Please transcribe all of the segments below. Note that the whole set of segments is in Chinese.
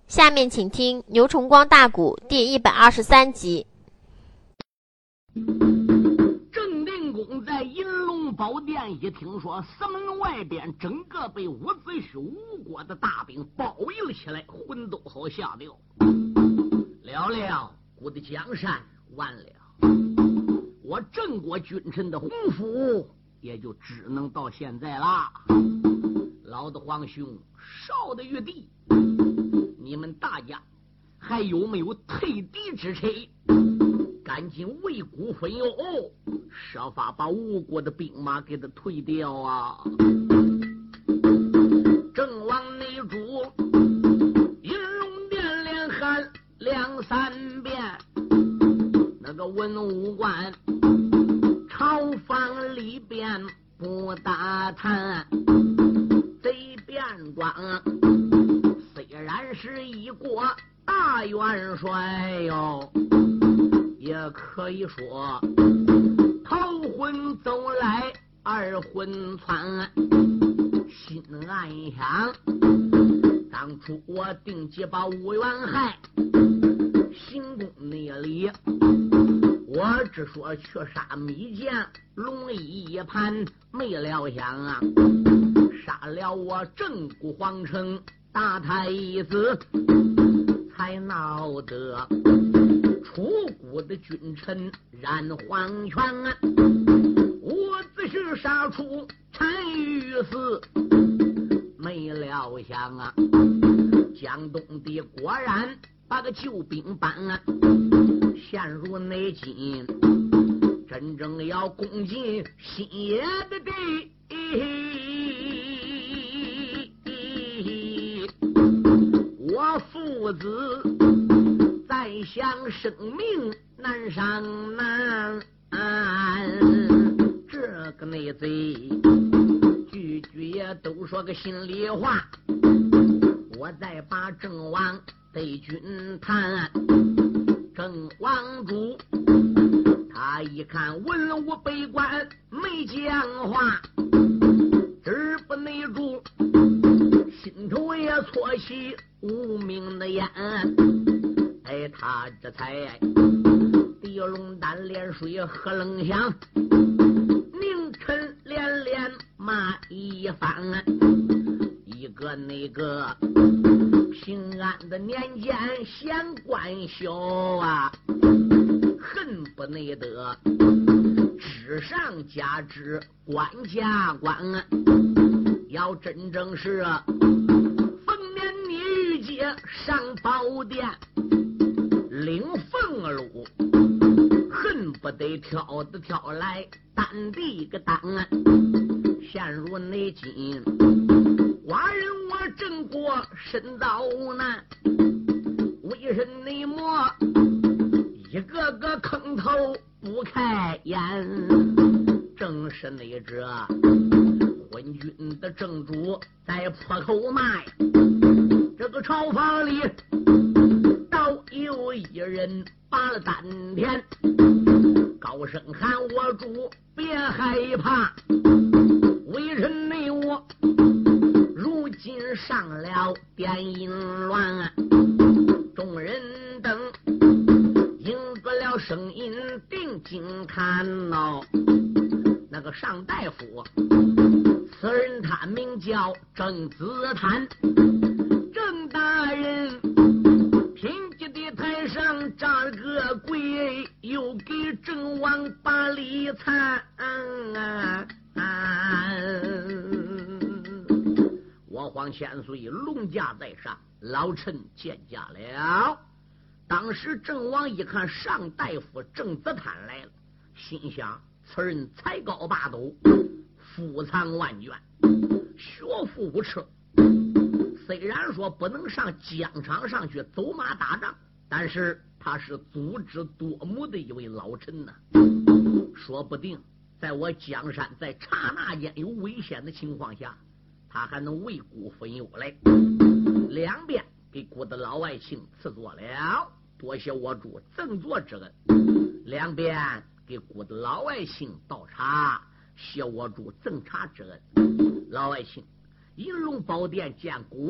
下面请听牛崇光大鼓第123集。 郑定公在银龙宝殿一听说寺门外边整个被伍子胥吴国的大兵包围了起来，魂都好吓掉。了，我的江山完了，我郑国君臣的鸿福也就只能到现在啦。老的皇兄，少的玉帝，你们大家还有没有退敌之策？赶紧为孤分忧，设法把吴国的兵马给他退掉啊！郑王内主银龙殿连喊2-3遍，那个文武官朝房里边不大谈，贼变装虽然是一国大元帅哟，也可以说头昏走来二昏窜，心暗想当初我定计把吴元害行宫那里，我只说去杀米将龙一盘，没料想啊杀了我郑国皇城大太子，才闹得楚国的君臣染黄泉啊！我只是杀出单于寺，没料想啊江东的果然把个救兵班啊陷入内境，真正要攻进新野的地，我父子再想生命难上难，这个内贼句句也都说个心里话，我再把郑王对君谈。郑王主他一看文武百官没讲话，只不内住心头也错起无名的眼，他这才地龙胆连水喝冷响，宁晨连连骂一番，一个那个平安的年间嫌官小啊，恨不内得纸上加纸官加官啊，要真正是逢年你玉阶上宝殿领俸禄，恨不得挑的挑来单地个当啊，陷入内境，寡人我郑国身遭难，为人内魔一个个坑头不开眼，正是那这昏君的正主在破口骂，这个朝房里倒有一人拔了丹田，高声喊我主别害怕，为人内我如今上了电音乱，众人等应得了声音定睛看哦，那个上大夫此人他名叫郑子坦，郑大人品级的台上扎了个鬼，又给郑王把礼参我皇千岁龙驾在上，老臣见驾了。当时郑王一看上大夫郑子坦来了，心想此人才高八斗，富藏万卷，学富五车，虽然说不能上疆场上去走马打仗，但是他是足智多谋的一位老臣呐，说不定在我江山在刹那间有危险的情况下，他还能为孤分忧来。两边给孤的老外卿赐座了，多谢我主赠座之恩。两边给孤的老外卿倒茶，谢我主赠茶之恩。老外卿银龙宝殿见孤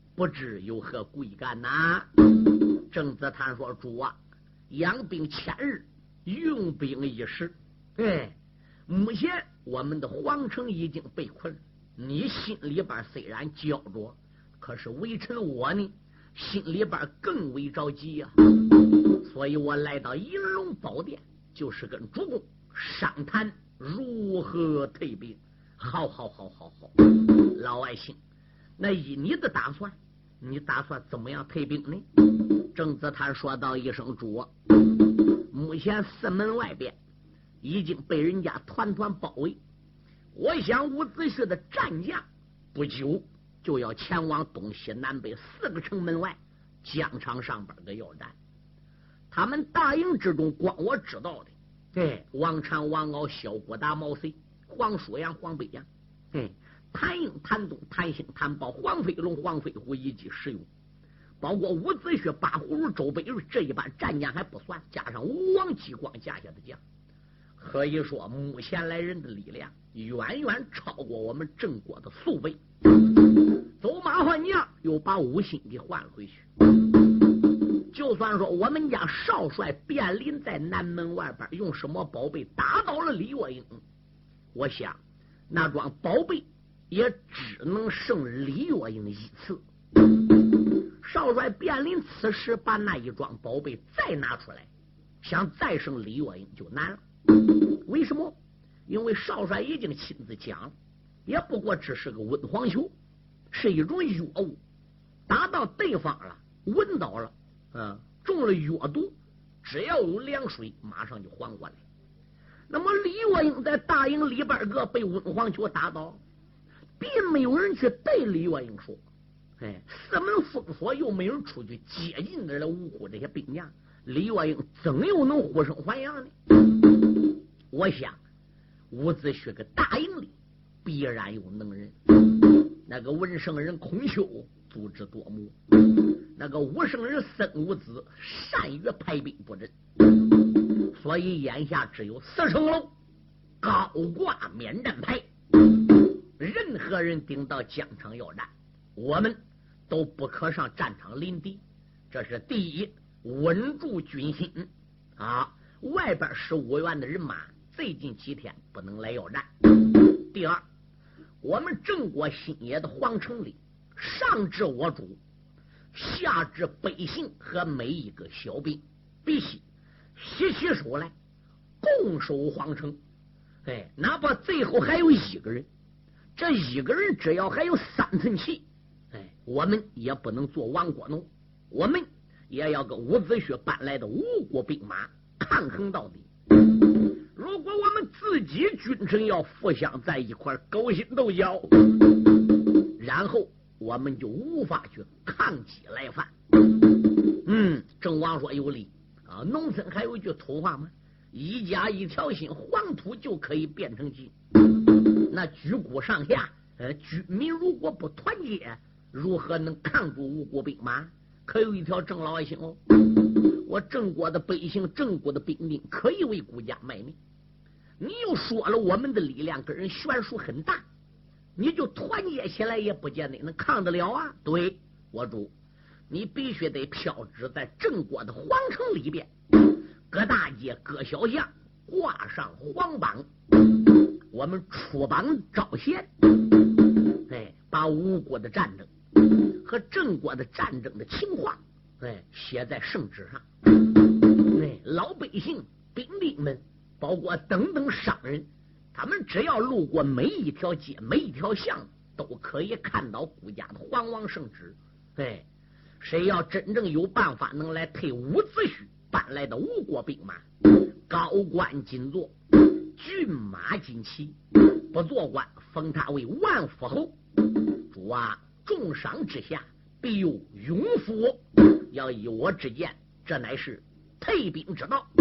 不知有何贵干呐？郑子坦说：主啊，养兵千日，用兵一时。目前我们的皇城已经被困，你心里边虽然焦灼，可是微臣我呢，心里边更为着急呀。所以我来到银龙宝殿，就是跟主公商谈如何退兵。好，老爱卿，那以你的打算，你打算怎么样退兵呢？郑子坦说道一声：主，目前四门外边已经被人家团团包围，我想伍子胥的战将不久就要前往东西南北4个城门外疆场上边的要战。他们大营之中，光我知道的，王禅、王敖、萧国达、毛遂、黄舒阳、黄北阳，谭英、谭东、谭兴、谭豹、黄飞龙、黄飞虎以及石勇，包括伍子胥、八葫芦、周北瑞这一班战将还不算，加上吴王激光架下的将，可以说目前来人的力量远远超过我们郑国的数倍。走马换将，又把武信给换了回去。就算说我们家少帅卞林在南门外边用什么宝贝打倒了李月英，我想那桩宝贝也只能胜李月英一次。少帅卞林此时把那一桩宝贝再拿出来，想再胜李月英就难了。为什么？因为少帅已经亲自讲了，也不过只是个温黄球，是一种药物，打到对方了，闻到了，中了药毒，只要有凉水马上就缓过来。那么李月英在大营里边个被温黄球打倒，并没有人去对李月英说，四门封锁，又没人出去接近这无辜这些兵将，李月英怎又能呼声唤养呢？我想伍子胥个大营里必然有能人，那个文圣人孔丘足智多谋，那个武圣人孙武子善于派兵布阵，所以眼下只有4层楼高挂免战牌，任何人顶到疆场要战，我们都不可上战场临敌。这是第一，稳住军心啊！外边15员的人马最近几天不能来要战。第二，我们郑国新野的皇城里，上至我主，下至百姓和每一个小兵，必须携起手来共守皇城。哪怕最后还有1个人，这1个人只要还有3寸气，我们也不能做亡国奴，我们也要跟伍子胥搬来的吴国兵马抗衡到底。如果我们自己君臣要互相在一块勾心斗角，然后我们就无法去抗击来犯。郑王说有理啊，农村还有一句土话吗？一家一条心，黄土就可以变成金。那举国上下居民如果不团结，如何能抗住吴国兵马？可有一条郑老爱卿哦，我郑国的百姓，郑国的兵丁可以为国家卖命。你又说了我们的力量跟人悬殊很大，你就团结起来也不见得能抗得了啊。对，我主，你必须得飘旨在郑国的皇城里边，各大街各小巷挂上黄榜，我们出榜招贤，把吴国的战争和郑国的战争的情况写在圣旨上，老百姓兵丁们包括等等商人，他们只要路过每一条街每一条巷，都可以看到顾家的皇王圣旨。谁要真正有办法能来退伍子胥搬来的吴国兵马，高官金座，骏马锦旗，不做官封他为万夫侯，主啊，重赏之下必有勇夫，要以我之见，这乃是退兵之道。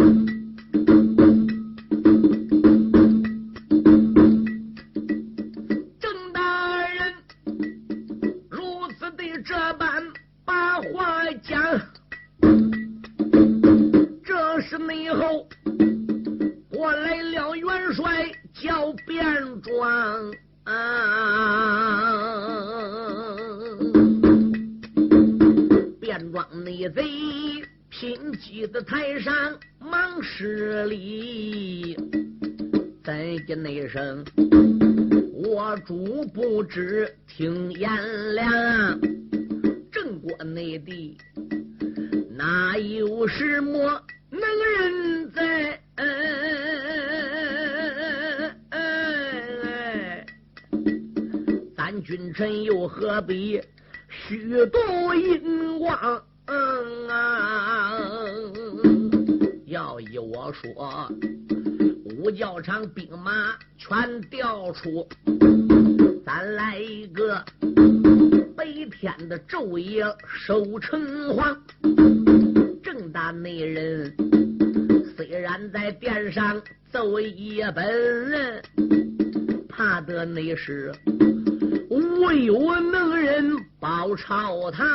郑大人如此的这般把话讲，这是内后过来了元帅叫卞庄便装内贼拼击的台上忙施礼，再见那声我主不知听言良，郑国内地哪有什么能人在？咱君臣又何必虚度阴光？要依我说，五教场兵马全调出，咱来一个北天的昼夜守城隍。郑大内人虽然在殿上奏一本，怕得那是无有能人保朝堂。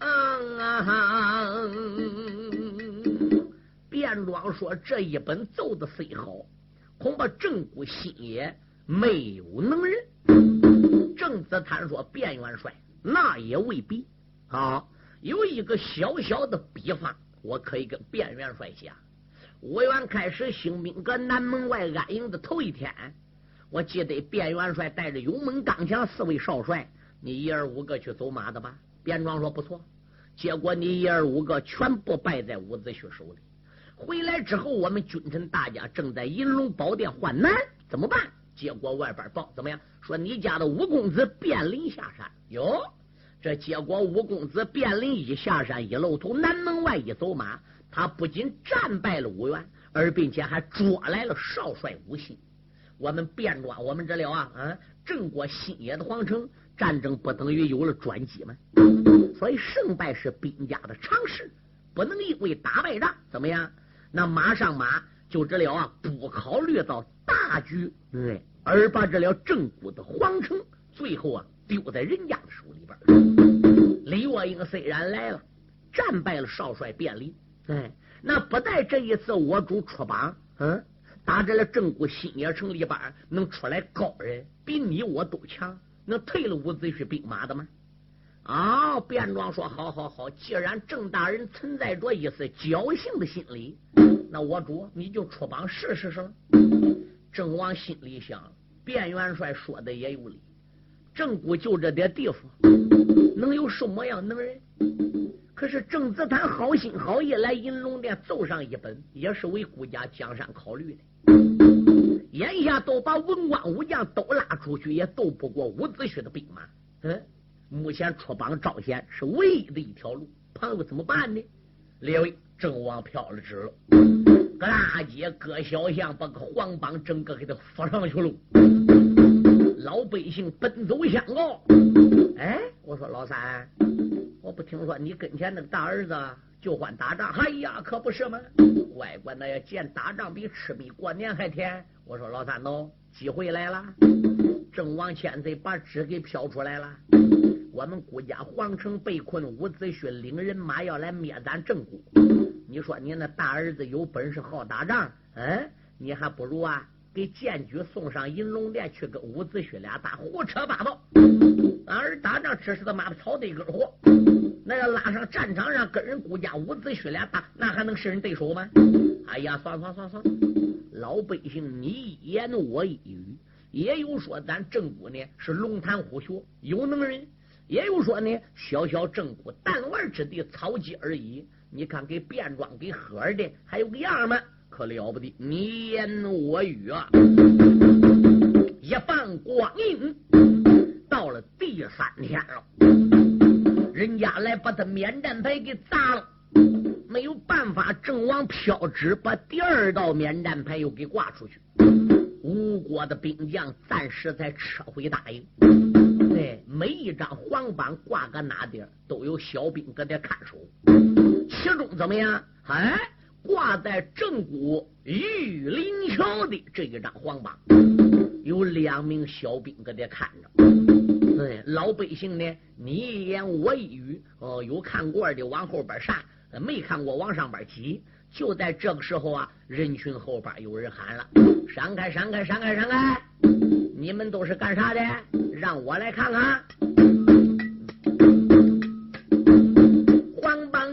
卞庄说这一本奏的虽好，恐怕郑国心也没有能人。郑子坦说卞元帅那也未必啊，有一个小小的比方我可以跟卞元帅讲。5月开始兴兵搁南门外安营的头一天，我记得卞元帅带着勇猛刚强4位少帅，你1、2、5个去走马的吧。卞庄说不错，结果你1、2、5个全部败在伍子胥手里。回来之后，我们君臣大家正在银龙宝殿患难，怎么办？结果外边报怎么样？说你家的5公子卞林下山。哟，这结果5公子卞林一下山，一露头，南门外一走马，他不仅战败了伍元，而并且还捉来了少帅伍信。我们卞庄，我们这了郑国新野的皇城，战争不等于有了转机吗？所以胜败是兵家的常事，不能因为打败仗怎么样？那马上马就这了不考虑到大局，而把这了郑国的皇城最后丢在人家的手里边。李若英虽然来了，战败了少帅卞林，那不但这一次我主出榜，打这了郑国新野城里边能出来高人，比你我都强，能退了伍子胥兵马的吗？卞庄说好好好，既然郑大人存在着一丝侥幸的心理，那我主你就出榜试试了。郑王心里想，卞元帅说的也有理，郑国就这点地方，能有什么样能人？可是郑子坦好心好意来银龙殿奏上一本，也是为国家江山考虑的。眼下都把文官武将都拉出去，也斗不过伍子胥的兵马。目前出榜招贤是唯一的一条路，朋友怎么办呢？列位，郑王飘了旨了，搁大街搁小巷，把个黄榜整个给他扶上去了。老百姓奔走相告。我说老三，我不听说你跟前那个大儿子就欢打仗？哎呀，可不是吗？外国那要见打仗比吃比过年还甜。我说老三喏，机会来了。郑王千岁把纸给飘出来了，我们国家皇城被困，伍子胥领人马要来灭咱郑国。你说你那大儿子有本事好打仗，你还不如给荐举送上银龙殿去跟伍子胥俩打，胡扯八道。俺儿打仗只是他妈草的一根活，那要拉上战场上跟人顾家伍子胥俩打，那还能是人对手吗？哎呀，算，老百姓你一言我一语，也有说咱郑国呢是龙潭虎穴有能人，也有说呢小小郑国弹丸之地草鸡而已。你看给卞庄给喝的还有个样吗？可了不得，你言我语啊！一放光阴到了第3天了，人家来把他免战牌给砸了，没有办法，郑王飘旨把第2道免战牌又给挂出去。吴国的兵将暂时才撤回大营，每一张黄榜挂个哪地儿都有小兵搁这看守，其中怎么样？挂在郑国玉林桥的这一张黄榜，有2名小兵搁这看着。老百姓呢，你一言我一语，有看过的往后边上，没看过往上边挤。就在这个时候人群后边有人喊了：“闪开，闪开，闪开，闪开！你们都是干啥的？让我来看看。”黄榜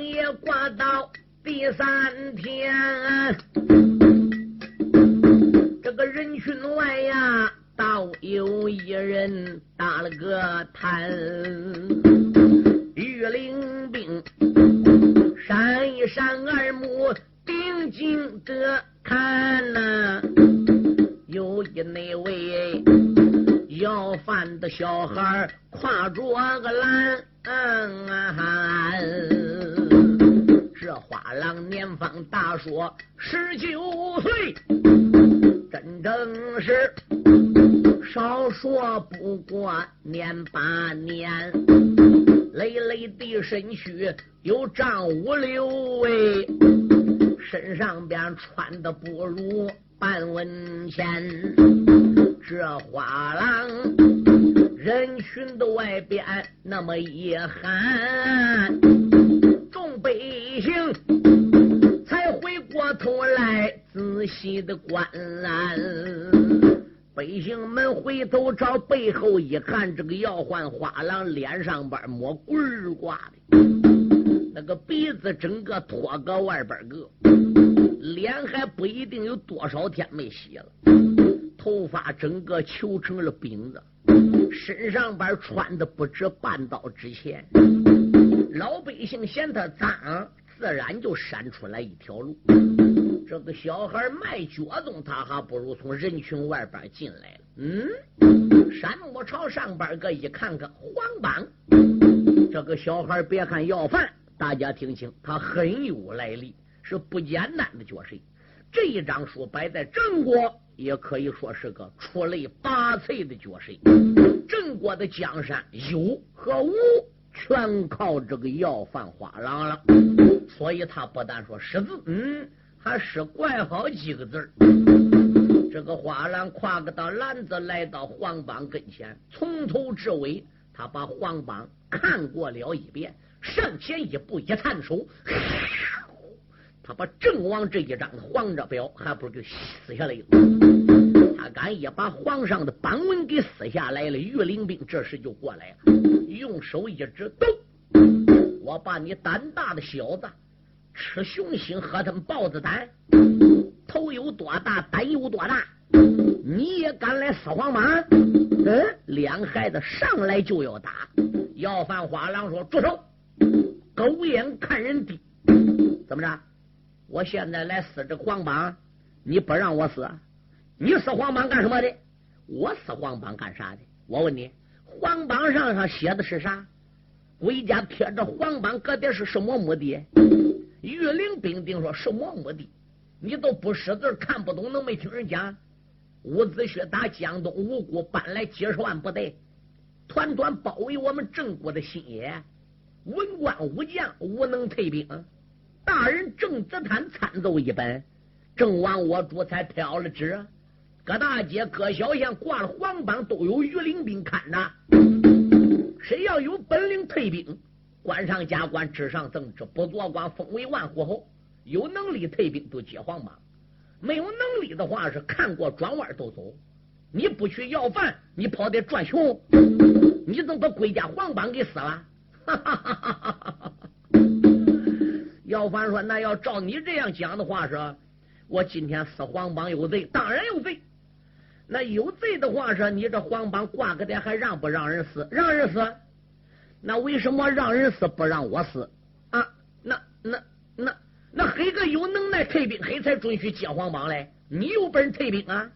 到第3天，这个人群外呀，倒有一人打了个探，御林兵闪一闪耳目，定睛的看呐，有一那位要饭的小孩挎着个篮，这花郎年方大说19岁，真正是少说不过年8年，累累的身躯有丈5、6位，身上边穿的不如半文钱。这花郎人群的外边那么一喊，众百姓才回过头来仔细的观览。百姓们回头朝背后一看，这个要换花郎脸上边抹棍挂的，那个鼻子整个脱个外边个，脸还不一定有多少天没洗了，头发整个揪成了饼子，身上边穿的不止半刀之钱。老百姓嫌他脏，自然就闪出来一条路。这个小孩卖脚动，他还不如从人群外边进来了。山木朝上边个一看看黄榜，这个小孩别看要饭，大家听清，他很有来历，是不简单的角色。这一张书摆在郑国，也可以说是个出类拔萃的角色。郑国的江山有和无，全靠这个要饭花郎了。所以他不但说识字，还识怪好几个字。这个花郎挎个到篮子来到黄榜跟前，从头至尾他把黄榜看过了一遍，上前一步一探手，他把郑王这一张黄着表还不就撕下来了。他敢也把皇上的榜文给撕下来了。御林兵这时就过来了，用手一指，动！我把你胆大的小子，吃熊心喝他们豹子胆，头有多大胆有多大，你也敢来撕黄榜？两孩子上来就要打。要饭花郎说：住手，狗眼看人低。怎么着，我现在来撕这黄榜，你不让我撕，你撕黄榜干什么的？我撕黄榜干啥的？我问你，黄榜上写的是啥？国家贴着黄榜搁的是什么目的？御林兵丁说什么目的？你都不识字看不懂，能没听人讲？伍子胥打江东无辜搬来几十万部队，团团包围我们郑国的新野，文官武将无能退兵，大人郑子坦参奏一本，郑王我主才挑了旨，各大街各小巷挂了黄榜，都有御林兵看着。谁要有本领退兵，官上加官，职上增职，不做官封为万户侯，有能力退兵都接黄榜，没有能力的话是看过转弯都走。你不去要饭，你跑得转熊，你怎么把归家黄榜给撕了？要饭说，那要照你这样讲的话是，我今天撕黄榜有罪，当然有罪。那有罪的话是，你这黄榜挂个的还让不让人撕？让人撕。那为什么让人撕不让我撕啊？那黑个有能耐退兵，黑才准许接黄榜嘞。你有本事退兵啊？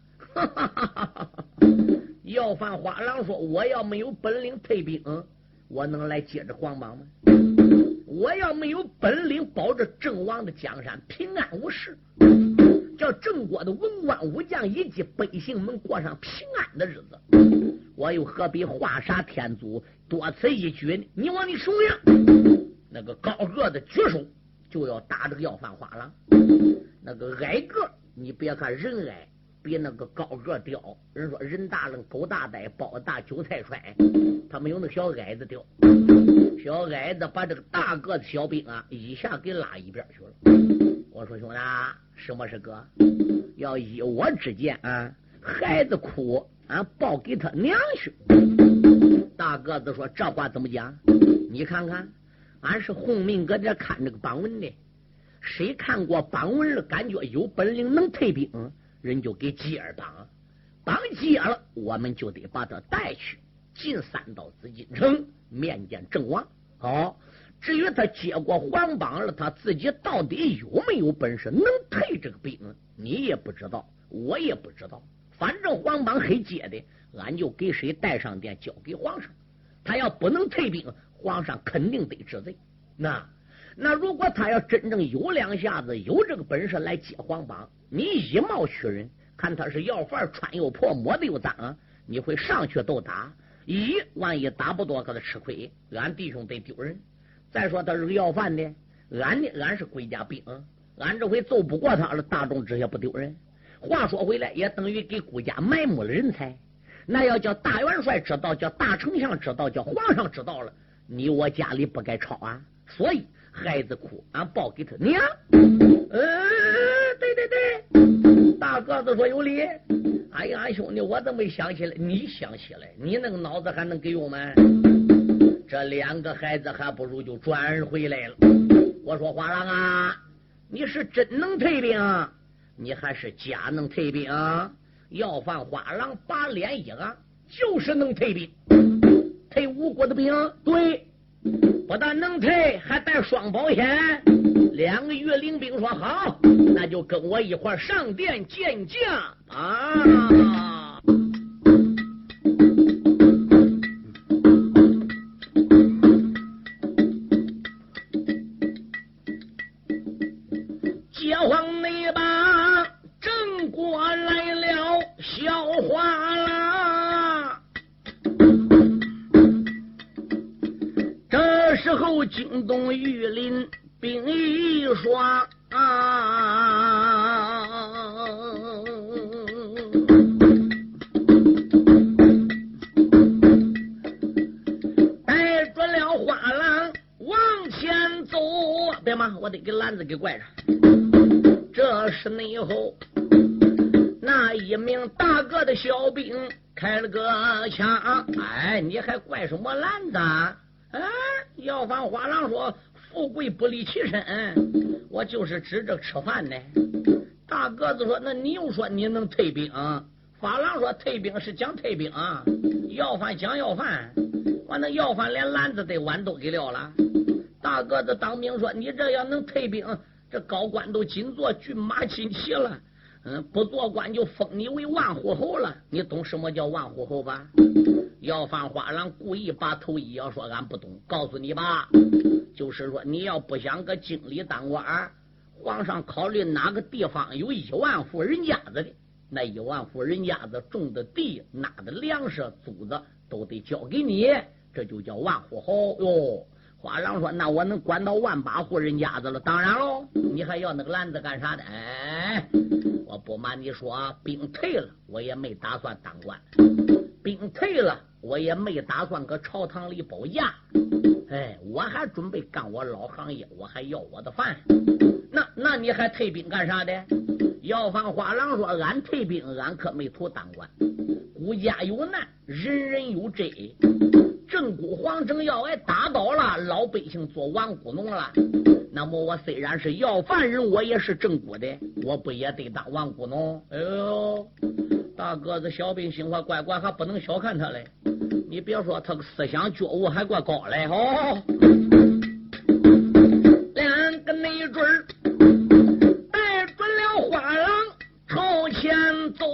要饭花郎说，我要没有本领退兵，我能来接着黄榜吗？我要没有本领保着郑王的江山平安无事，叫郑国的文官武将以及百姓们过上平安的日子，我又何必画杀天祖，多此一举呢？你往你手上那个高个的举手就要打这个要饭花郎，那个矮个你别看人矮，比那个高个刁。人说人大愣狗大呆，包大韭菜揣，他没有那小矮子刁。小矮子把这个大个子小兵啊一下给拉一边去了。我说兄弟，什么是哥？要依我之见啊，孩子哭抱给他娘去。大个子说这话怎么讲？你看看俺是奉命搁这看这个榜文的，谁看过榜文了，感觉有本领能退兵，人就给接儿榜，榜接了，我们就得把他带去进3道紫禁城面见郑王。好，至于他接过皇榜了，他自己到底有没有本事能退这个兵，你也不知道，我也不知道。反正皇榜黑接的，俺就给谁带上殿，交给皇上。他要不能退兵，皇上肯定得治罪。那如果他要真正有两下子，有这个本事来接皇榜，你以貌取人，看他是要饭，穿又破，摸的又脏，你会上去斗打。万一打不多，给他吃亏，俺弟兄得丢人。再说他是个要饭的，俺是归家兵，俺这回揍不过他了，大众之下不丢人。话说回来，也等于给顾家埋没了人才。那要叫大元帅知道，叫大丞相知道，叫皇上知道了，你我家里不该吵啊。所以孩子哭，俺报给他娘。对，大个子说有理。哎呀，兄弟，我怎么没想起来？你想起来，你那个脑子还能给用吗？这2个孩子还不如就转回来了。我说花郎啊，你是真能退兵，你还是假能退兵？要饭花郎把脸一昂，就是能退兵，退无辜的兵。对，不但能退，还带双保险。2个月领兵说好，那就跟我一块上殿见驾啊！接皇那把郑国来了，笑话了。这时候惊动御林兵一刷带着了花郎往前走。别嘛，我得给篮子给怪上。这是内后那一名大个的小兵开了个枪。哎，你还怪什么篮子啊？要饭花郎说富贵不离其身，我就是指着吃饭呢。大个子说那你又说你能退兵，花郎说退兵是讲退兵，要饭讲要饭，完那要饭连篮子的碗都给撂了。大个子当兵说你这要能退兵，这高官都仅做骏马锦旗了，不做官就封你为万户侯了。你懂什么叫万户侯吧？要饭花郎故意把头一摇，说俺不懂，告诉你吧，就是说你要不想搁京里当官，皇上考虑哪个地方有1万户人家子的，那1万户人家子种的地、拿的粮食、租子都得交给你，这就叫万户侯哟。花郎说那我能管到100户人家子了。当然喽，你还要那个篮子干啥的？我不瞒你说，兵退了我也没打算当官，兵退了我也没打算搁朝堂里保驾，我还准备干我老行业，我还要我的饭。那你还退兵干啥的？要饭花郎说俺退兵，俺可没图当官，国家有难，人人有责，正骨皇城要挨打倒了，老百姓做亡国农了，那么我虽然是要饭人，我也是正骨的，我不也得当亡国农？哎呦，大个子小兵心话乖乖，还不能小看他嘞。你别说他思想觉悟还怪高嘞哦。2个内准带准了花郎朝前走，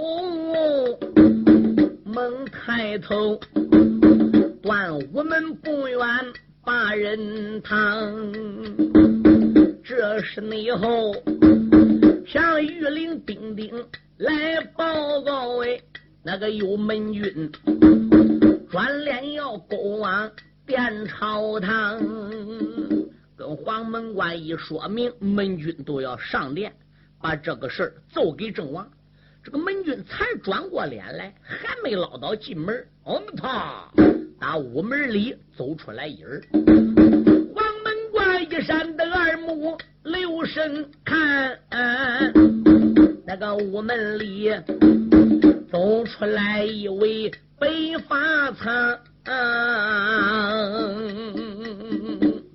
猛抬头端午门不远把人堂。这是内后向御林兵丁来报告，那个有门军转脸要勾往殿朝堂，跟黄门官一说明，门军都要上殿把这个事儿奏给郑王。这个门军才转过脸来，还没捞到进门，他打屋门里走出来一人。黄门官一闪的二目留神看，那个屋门里走出来一位白发苍，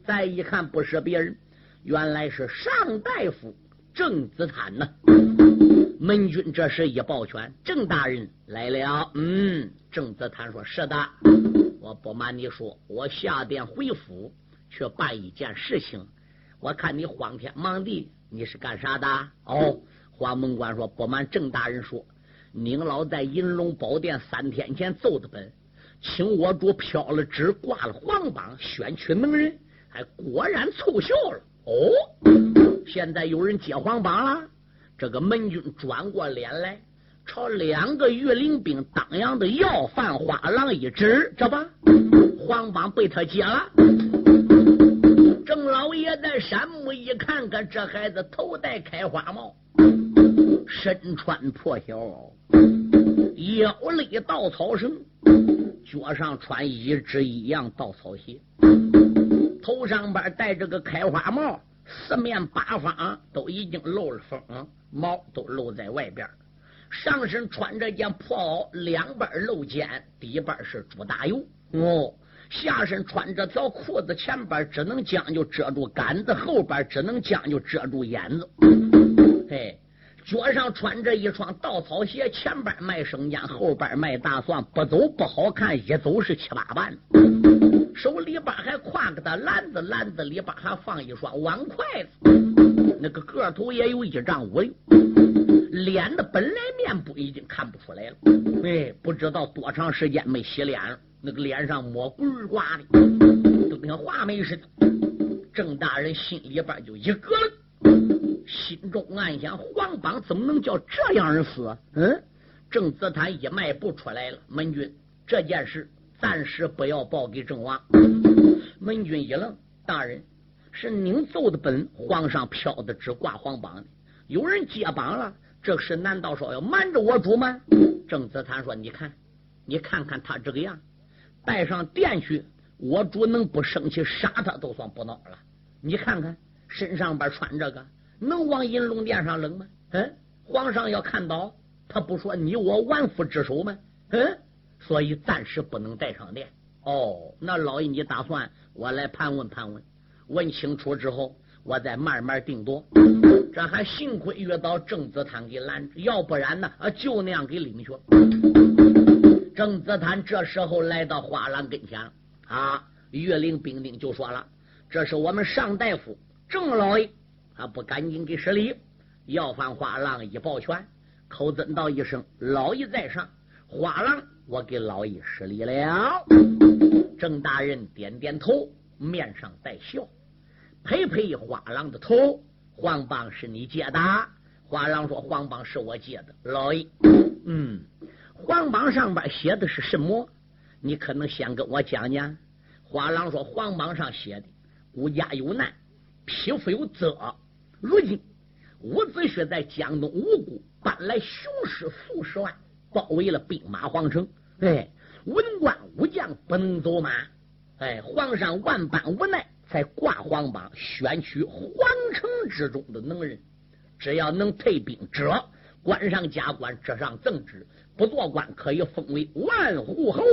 再一看不是别人，原来是上大夫郑子坦呢。门军这时一抱拳，郑大人来了。郑子坦说是的，我不瞒你说，我下殿回府去办一件事情，我看你慌天忙地，你是干啥的？黄门官说，不瞒郑大人说，您老在银龙宝殿3天前奏的本，请我主飘了纸，挂了皇榜，选取能人，还果然凑效了。现在有人接皇榜了。这个门军转过脸来，朝2个御林兵当阳的要犯花郎一指，这吧，皇榜被他接了。郑老爷在山木一看，看这孩子头戴开花帽，身穿破小袄，腰勒稻草绳，脚上穿一只一样稻草鞋，头上边戴着个开花帽，四面八方都已经露了风，毛都露在外边，上身穿着件破袄，2边露肩，底边是猪大油下身穿着条裤子，前边只能将就遮住杆子，后边只能将就遮住眼子。脚上穿着一双稻草鞋，前边卖生姜，后边卖大蒜，不走不好看，一走是7、8瓣。手里边还挎个的篮子，篮子里边还放一双碗筷子，那个个头也有1丈5，脸的本来面部已经看不出来了，不知道多长时间没洗脸了，那个脸上抹滚刮的，都跟画眉似的。郑大人心里边就一咯了，心中暗想，皇榜怎么能叫这样人死？郑子坦一迈步出来了，门军，这件事暂时不要报给郑王。门军一愣，大人，是您奏的本，皇上飘的纸挂皇榜的，有人接榜了，这事难道说要瞒着我主吗？郑子坦说，你看看他这个样，带上殿去，我主能不生气杀他都算不孬了。你看看身上边穿这个，能往银龙殿上扔吗？皇上要看到，他不说你我万夫之首吗？所以暂时不能带上殿。那老爷你打算我来盘问盘问，问清楚之后我再慢慢定夺。这还幸亏遇到郑子坦给拦着，要不然呢就那样给领去了。郑子坦这时候来到花郎跟前岳灵兵丁就说了，这是我们上大夫郑老爷不赶紧给施礼。要犯花郎一抱拳，口尊道一声老爷在上，花郎我给老爷施礼了。郑大人点点头，面上带笑，陪陪花郎的头，皇榜是你接的？花郎说，皇榜是我接的，老爷。皇榜上边写的是什么？你可能先跟我讲讲。花郎说，皇榜上写的，孤家有难，匹夫有责，如今伍子胥在江东无辜搬来雄师数10万，包围了兵马皇城，文官武将不能走马，皇上万般无奈才挂皇榜，选取皇城之中的能人，只要能退兵者，官上加官，职上赠职，不做官可以封为万户侯。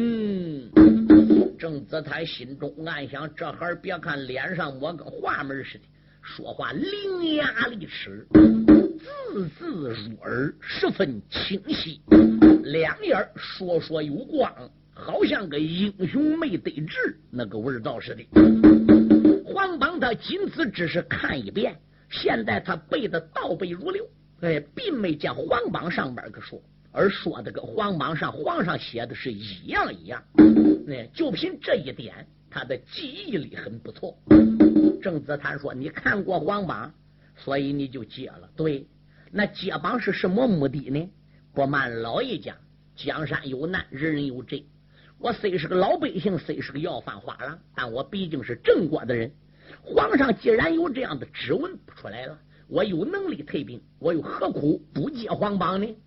郑子坦心中暗想，这孩儿别看脸上抹跟画门似的，说话伶牙俐齿，字字入耳，十分清晰，两眼说说有光，好像个英雄没得志那个味道似的。黄榜他仅此只是看一遍，现在他背的倒背如流，并没将黄榜上边个说，而说的跟黄榜上皇上写的是一样一样。就凭这一点，他的记忆力很不错。郑子坦说，你看过黄榜，所以你就接了。对，那接榜是什么目的呢？不瞒老爷讲，江山有难，人人有责。我虽是个老百姓，虽是个要饭花郎，但我毕竟是郑国的人。皇上既然有这样的指纹出来了，我有能力退兵，我又何苦不接黄榜呢？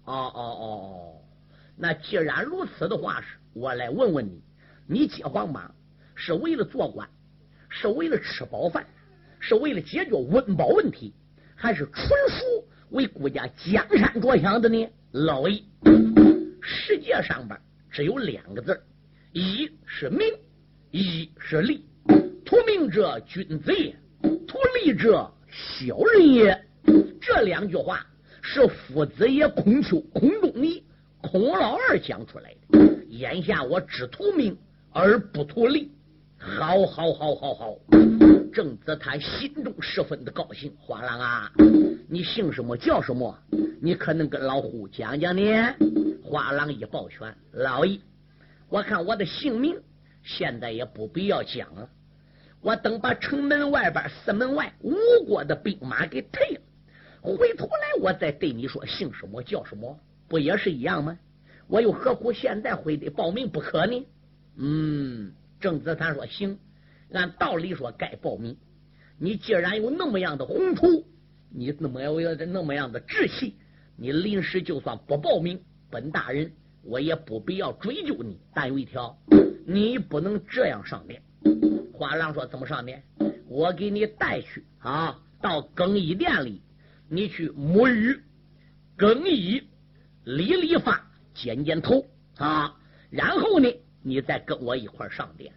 那既然如此的话，是我来问问你，你接黄榜是为了做官，是为了吃饱饭，是为了解决温饱问题，还是纯属为国家江山着想的呢？老爷，世界上边只有2个字，一是名，一是利， 图名者君子也，图利者小人也。这两句话是夫子爷孔丘、孔仲尼、孔老二讲出来的。眼下我只图名而不图利。好，郑子坦心中十分的高兴。花郎啊，你姓什么叫什么？你可能跟老虎讲讲呢？花郎一抱拳，老爷，我看我的姓名现在也不必要讲了，我等把城门外边四门外吴国的兵马给退了，回头来我再对你说姓什么叫什么，不也是一样吗？我又何苦现在非得报名不可呢？郑子坦说行，按道理说该报名。你既然有那么样的宏图，你那么样的志气，你临时就算不报名，本大人我也不必要追究你。但有一条，你不能这样上殿。花郎说怎么上殿？我给你带去到更衣殿里，你去沐浴、更衣、理发、剪头然后呢你再跟我一块上殿。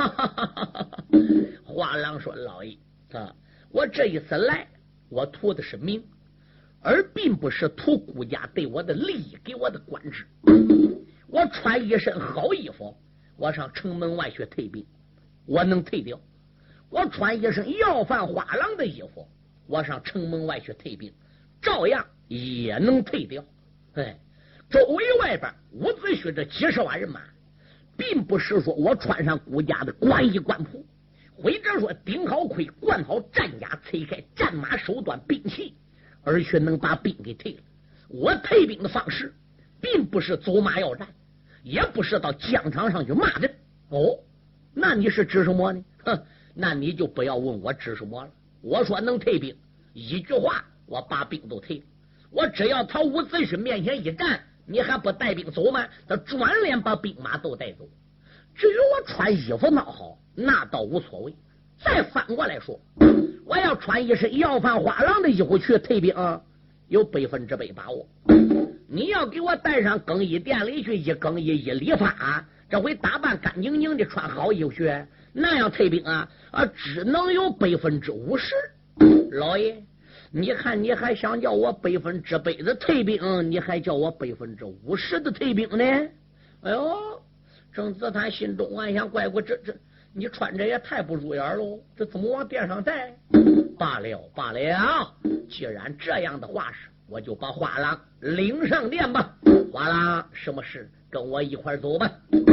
花郎说老爷我这一次来，我图的是名，而并不是图顾家对我的利益，给我的官职。我穿一身好衣服，我上城门外去退兵，我能退掉；我穿一身要饭花郎的衣服，我上城门外去退兵，照样也能退掉。周围外边伍子胥这几十万人马，并不是说我穿上顾家的官衣官服，或者说顶好盔、冠好战甲、推开战马手段兵器，而却能把兵给退了。我退兵的方式并不是走马要战，也不是到疆场上去骂人。那你是指什么呢？那你就不要问我指什么了。我说能退兵，一句话我把兵都退了。我只要朝伍子胥面前一站，你还不带兵走吗？他转脸把兵马都带走。至于我穿衣服闹好，那倒无所谓。再反过来说，我要穿一身要饭花郎的衣服去退兵有100%把握。你要给我带上更衣店里去，一更衣一理发，这回打扮干净净的，穿好衣服去，那样退兵只能有50%。老爷，你看你还想叫我100%的退兵，你还叫我50%的退兵呢？哎呦，郑子坦心中暗想，怪这你穿着也太不入眼喽，这怎么往殿上带？罢了，既然这样的话是，我就把花郎领上殿吧。花郎，什么事？跟我一块走吧。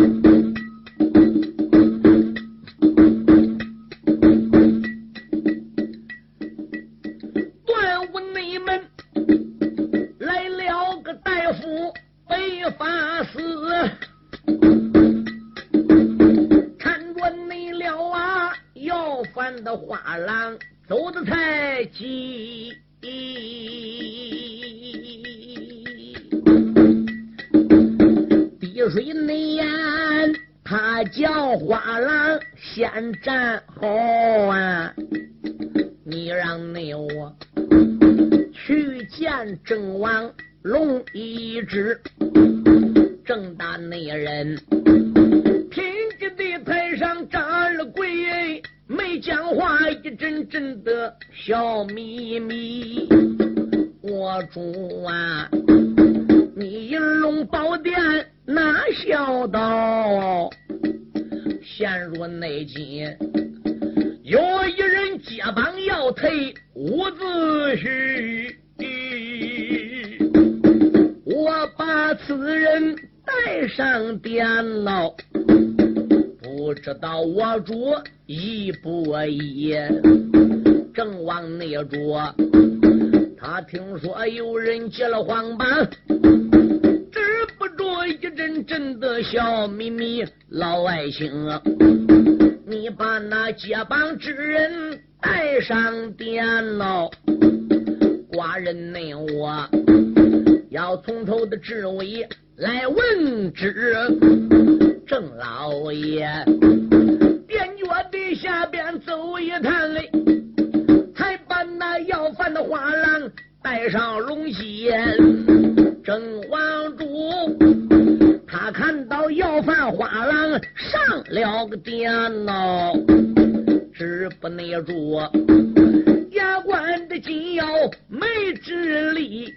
端午内门来了个大夫北法司，看着内了要饭的花郎走得太急，滴水内眼他叫花郎先站好你让内我去见郑王龙一之。郑大内人平吉的台上站了跪，没讲话，一阵阵的笑眯眯。我主你银龙宝殿哪小道，陷入内急，有一人接棒要退伍子胥，我把此人带上殿了，不知道我主义不义。郑王内主他听说有人结了黄榜，止不住一阵阵的笑眯眯。老外星你把那结榜之人带上殿了，寡人内我要从头的至尾来问之。郑老爷便脚地下边走一趟才把那要饭的花郎带上龙溪。郑王主他看到要饭花郎上了个殿止不内住，牙关的紧要没直立，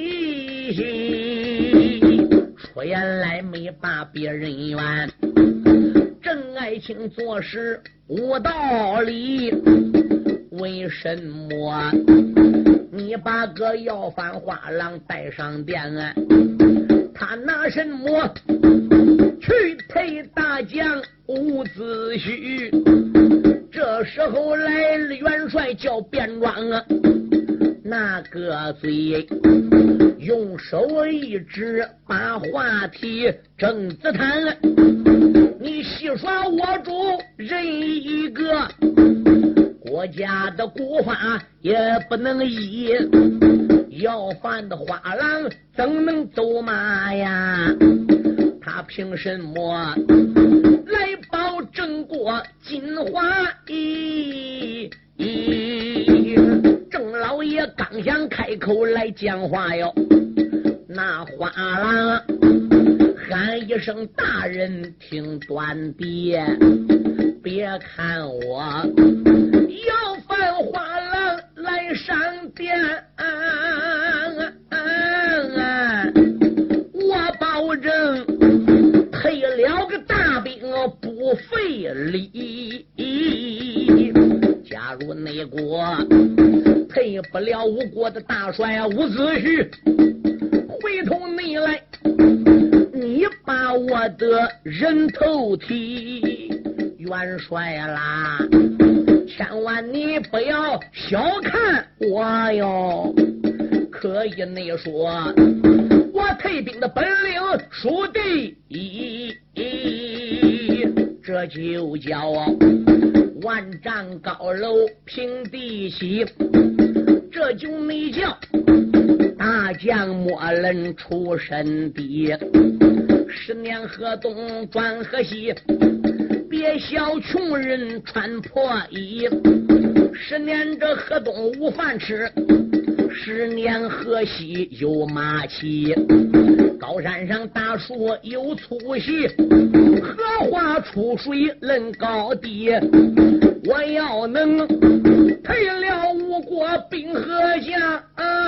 出言来没把别人怨，真爱情做事无道理，为什么你把个要饭花郎带上殿啊？他拿什么去推大将伍子胥？这时候来了元帅叫卞庄啊，那个嘴用手一指，把话题正自谈。你戏耍我主人一个，国家的古法也不能依，要饭的花郎怎能走马呀？他凭什么来保郑国金华义？郑老爷刚想开口来讲话哟，那花郎喊一声大人听短的，别看我要饭花郎来上殿，我保证退了个大兵不费力。假如内国退不了吴国的大帅伍子胥，回头内来你把我的人头提，元帅啦，千万你不要小看我哟。可以内说我退兵的本领属第一，这就叫万丈高楼平地起，这就没叫大将莫论出身低。10年河东转河西，别笑穷人穿破衣。10年这河东无饭吃，10年河西有马骑。高山上大树有粗细，荷花出水论高低。我要能退了吴国兵和将，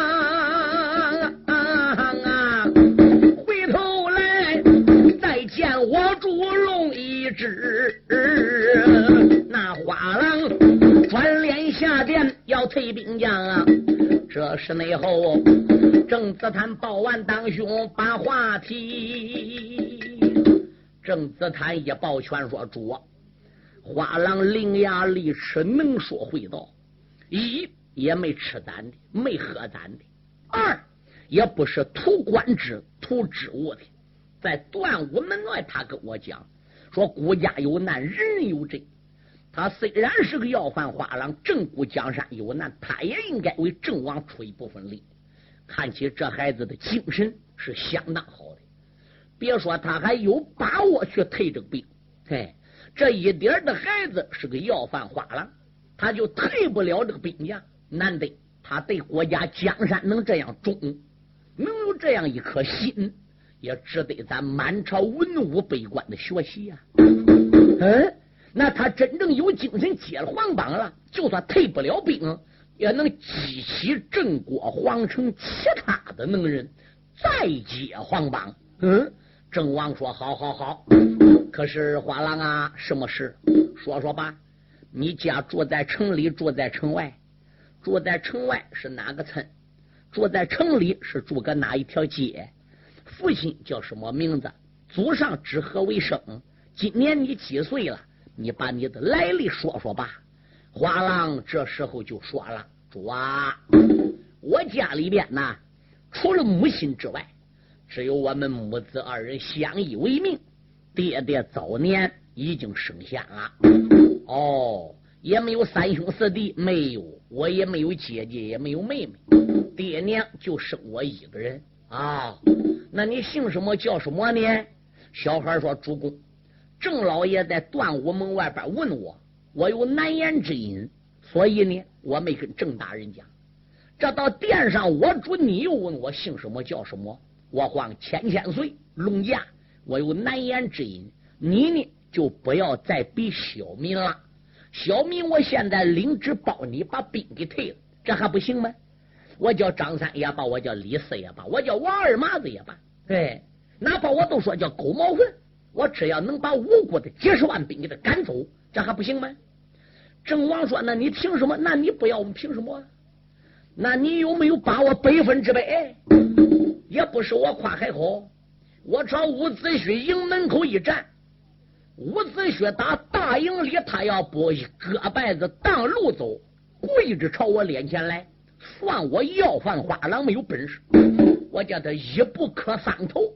回头来再见我主龙一只。那花郎转脸下殿要退兵将啊！这是内后郑子坦报完当兄把话题，郑子坦一抱拳说：主啊，花郎伶牙俐齿，能说会道，一也没吃咱的，没喝咱的；二也不是图官职图职务的。在段武门外他跟我讲说，国家有难人有责，他虽然是个要饭花郎，镇国江山有难，他也应该为郑王出一部分力。看起这孩子的精神是相当好的，别说他还有把握去退这个兵，嘿，这一点的孩子是个要饭花郎，他就退不了这个兵将，难得他对国家江山能这样忠，能有这样一颗心，也值得咱满朝文武百官的学习啊。那他真正有精神接了皇榜了，就算退不了兵，也能激起郑国皇城其他的能人再接皇榜。郑王说好好好，可是花郎啊，什么事说说吧。你家住在城里住在城外？住在城外是哪个村？住在城里是住个哪一条街？父亲叫什么名字？祖上知何为生？今年你几岁了？你把你的来历说说吧。花郎这时候就说了：主啊，我家里边呢，除了母亲之外，只有我们母子2人相依为命。爹爹早年已经生下啊，也没有3兄4弟，没有，我也没有姐姐，也没有妹妹，爹娘就生我一个人啊。那你姓什么叫什么呢？小孩说：主公，郑老爷在段武门外边问我，我有难言之隐，所以呢，我没跟郑大人讲。这到殿上，我主你又问我姓什么叫什么，我皇千岁龙驾，我有难言之隐，你呢就不要再比小民了。 小民我现在领旨保你把兵给退了，这还不行吗？我叫张三也罢，我叫李四也罢，我叫王二麻子也罢，哎，哪怕我都说叫狗毛粪，我只要能把无辜的几十万兵给他赶走，这还不行吗？郑王说：“那你凭什么？那你不要我们凭什么？那你有没有把握100%？也不是我夸海口，我朝伍子胥营门口一站，伍子胥打大营里，他要不割拜子当路走，跪着朝我脸前来，算我要饭花郎没有本事。我叫他一不磕3头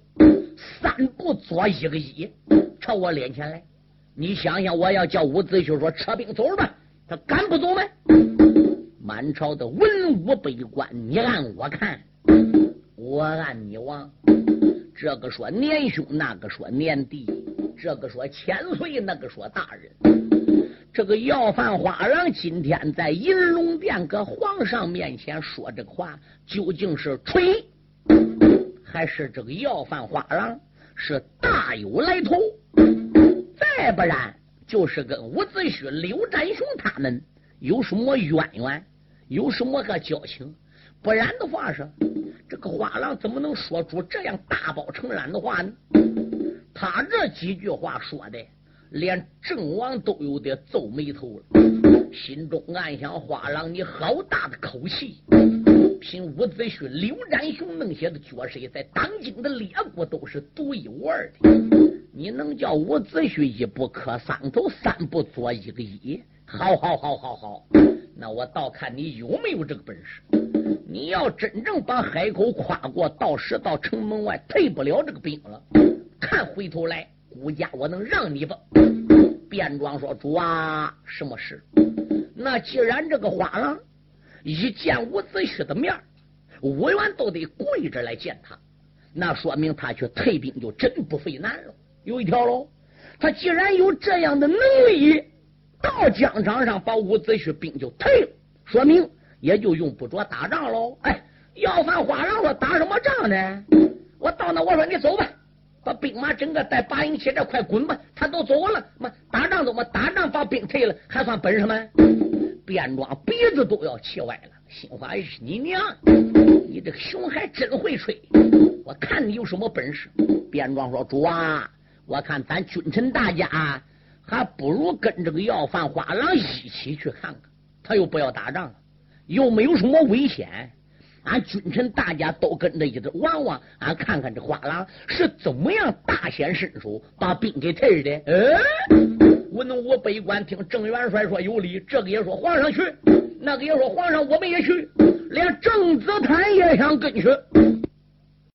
，3不作1个揖，朝我脸前来。你想想，我要叫伍子胥说撤兵走吧，他敢不走吗？满朝的文武百官，你按我看，我按你望。这个说年兄，那个说年弟，这个说千岁，那个说大人。这个要饭花郎今天在银龙殿搁皇上面前说这个话，究竟是吹还是这个要饭花郎是大有来头？再不然就是跟伍子胥、刘占雄他们有什么渊源，有什么个交情？不然的话是这个花郎怎么能说出这样大包成揽的话呢？他这几句话说的连郑王都有点皱眉头了，心中暗想：花郎你好大的口气！凭伍子胥、刘占雄弄些的角色，在当今的列国都是独一无二的。你能叫伍子胥1不磕3头，3不作1个揖？好，那我倒看你有没有这个本事。你要真正把海口跨过，到时到城门外退不了这个兵了，看回头来顾家我能让你吧。卞庄说：主啊，什么事？那既然这个花郎一见伍子胥的面，伍员都得跪着来见他，那说明他去退兵就真不费难了。有一条喽，他既然有这样的能力，到疆场上把伍子胥兵就退了，说明也就用不着打仗喽。哎，要饭花郎说打什么仗呢？我到那我说你走吧，把兵马整个带8营起这快滚吧。他都走了嘛，打仗怎么打仗把兵退了还算本事吗？卞庄鼻子都要气歪了，心话是你娘，你这个熊还真会吹，我看你有什么本事。卞庄说：主啊，我看咱君臣大家还不如跟这个要饭花郎一起去看看，他又不要打仗，又没有什么危险，俺君臣大家都跟着一起玩玩，俺看看这花郎是怎么样大显身手把兵给退的。文武百官听郑元帅说有理，这个也说皇上去，那个也说皇上我们也去，连郑子坦也想跟去。